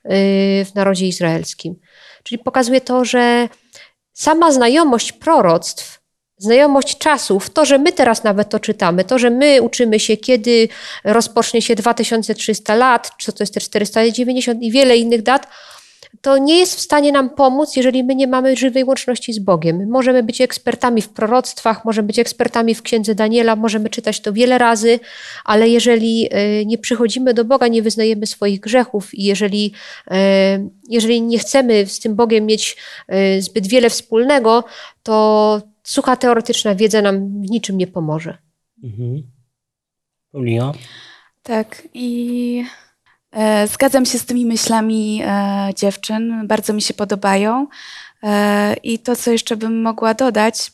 w narodzie izraelskim. Czyli pokazuje to, że sama znajomość proroctw, znajomość czasów, to, że my teraz nawet to czytamy, to, że my uczymy się, kiedy rozpocznie się dwa tysiące trzysta lat, co to jest te czterysta dziewięćdziesiąt i wiele innych dat, to nie jest w stanie nam pomóc, jeżeli my nie mamy żywej łączności z Bogiem. My możemy być ekspertami w proroctwach, możemy być ekspertami w Księdze Daniela, możemy czytać to wiele razy, ale jeżeli nie przychodzimy do Boga, nie wyznajemy swoich grzechów i jeżeli, jeżeli nie chcemy z tym Bogiem mieć zbyt wiele wspólnego, to sucha teoretyczna wiedza nam w niczym nie pomoże. Mhm. Paulina? Tak i... Zgadzam się z tymi myślami e, dziewczyn, bardzo mi się podobają. E, I to, co jeszcze bym mogła dodać,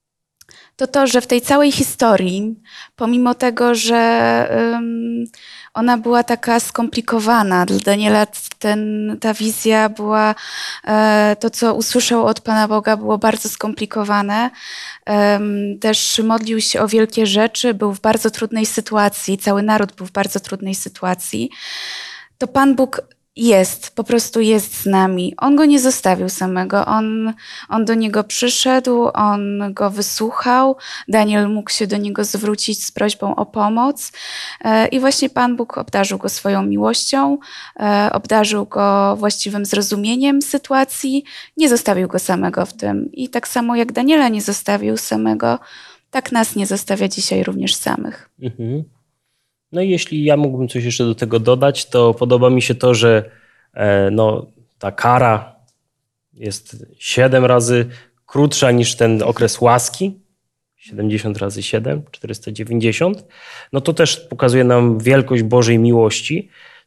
to to, że w tej całej historii, pomimo tego, że um, ona była taka skomplikowana, dla Daniela ten, ta wizja była, e, to co usłyszał od Pana Boga było bardzo skomplikowane. E, też modlił się o wielkie rzeczy, był w bardzo trudnej sytuacji, cały naród był w bardzo trudnej sytuacji. To Pan Bóg jest, po prostu jest z nami. On go nie zostawił samego, on, on do niego przyszedł, on go wysłuchał, Daniel mógł się do niego zwrócić z prośbą o pomoc i właśnie Pan Bóg obdarzył go swoją miłością, obdarzył go właściwym zrozumieniem sytuacji, nie zostawił go samego w tym. I tak samo jak Daniela nie zostawił samego, tak nas nie zostawia dzisiaj również samych. Mhm. No i jeśli ja mógłbym coś jeszcze do tego dodać, to podoba mi się to, że e, no, ta kara jest siedem razy krótsza niż ten okres łaski, siedemdziesiąt razy siedem, czterysta dziewięćdziesiąt. No to też pokazuje nam wielkość Bożej miłości.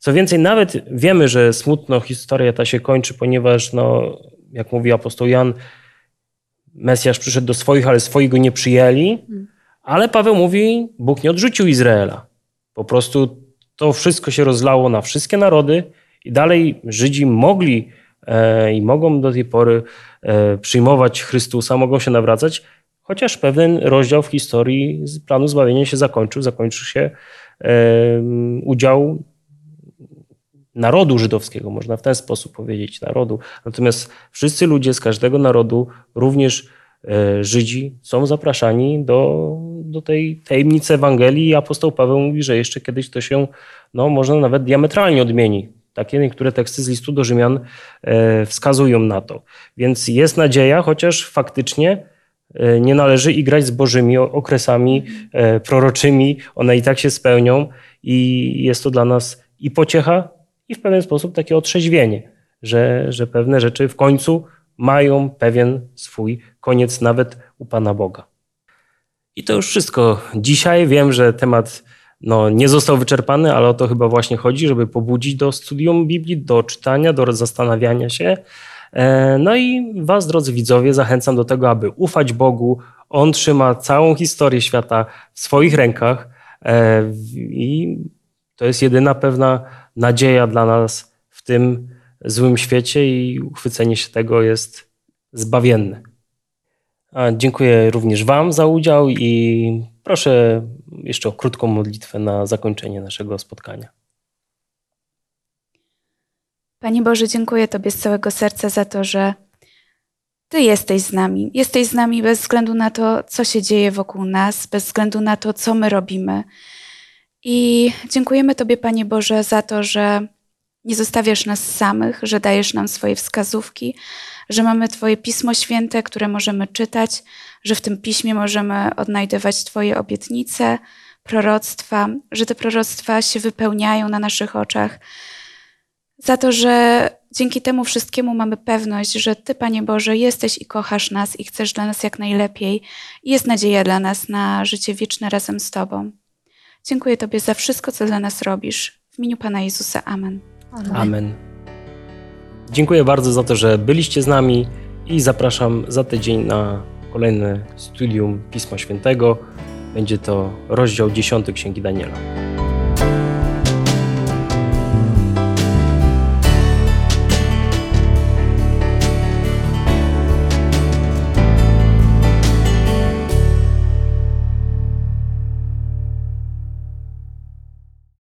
Co więcej, nawet wiemy, że smutno historia ta się kończy, ponieważ, no, jak mówi apostoł Jan, Mesjasz przyszedł do swoich, ale swoi go nie przyjęli. Ale Paweł mówi, Bóg nie odrzucił Izraela. Po prostu to wszystko się rozlało na wszystkie narody i dalej Żydzi mogli e, i mogą do tej pory e, przyjmować Chrystusa, mogą się nawracać, chociaż pewien rozdział w historii z planu zbawienia się zakończył. Zakończył się e, udział narodu żydowskiego, można w ten sposób powiedzieć, narodu. Natomiast wszyscy ludzie z każdego narodu, również Żydzi, są zapraszani do, do tej tajemnicy Ewangelii i apostoł Paweł mówi, że jeszcze kiedyś to się, no, można nawet diametralnie odmieni. Takie niektóre teksty z listu do Rzymian e, wskazują na to. Więc jest nadzieja, chociaż faktycznie e, nie należy igrać z bożymi okresami e, proroczymi. One i tak się spełnią i jest to dla nas i pociecha, i w pewien sposób takie otrzeźwienie, że, że pewne rzeczy w końcu mają pewien swój koniec nawet u Pana Boga. I to już wszystko dzisiaj. Wiem, że temat, no, nie został wyczerpany, ale o to chyba właśnie chodzi, żeby pobudzić do studium Biblii, do czytania, do zastanawiania się. No i was, drodzy widzowie, zachęcam do tego, aby ufać Bogu. On trzyma całą historię świata w swoich rękach i to jest jedyna pewna nadzieja dla nas w tym złym świecie i uchwycenie się tego jest zbawienne. A dziękuję również wam za udział i proszę jeszcze o krótką modlitwę na zakończenie naszego spotkania. Panie Boże, dziękuję Tobie z całego serca za to, że Ty jesteś z nami. Jesteś z nami bez względu na to, co się dzieje wokół nas, bez względu na to, co my robimy. I dziękujemy Tobie, Panie Boże, za to, że nie zostawiasz nas samych, że dajesz nam swoje wskazówki, że mamy Twoje Pismo Święte, które możemy czytać, że w tym Piśmie możemy odnajdywać Twoje obietnice, proroctwa, że te proroctwa się wypełniają na naszych oczach. Za to, że dzięki temu wszystkiemu mamy pewność, że Ty, Panie Boże, jesteś i kochasz nas i chcesz dla nas jak najlepiej i jest nadzieja dla nas na życie wieczne razem z Tobą. Dziękuję Tobie za wszystko, co dla nas robisz. W imieniu Pana Jezusa. Amen. Amen. Amen. Dziękuję bardzo za to, że byliście z nami i zapraszam za tydzień na kolejne studium Pisma Świętego. Będzie to rozdział dziesiąty Księgi Daniela.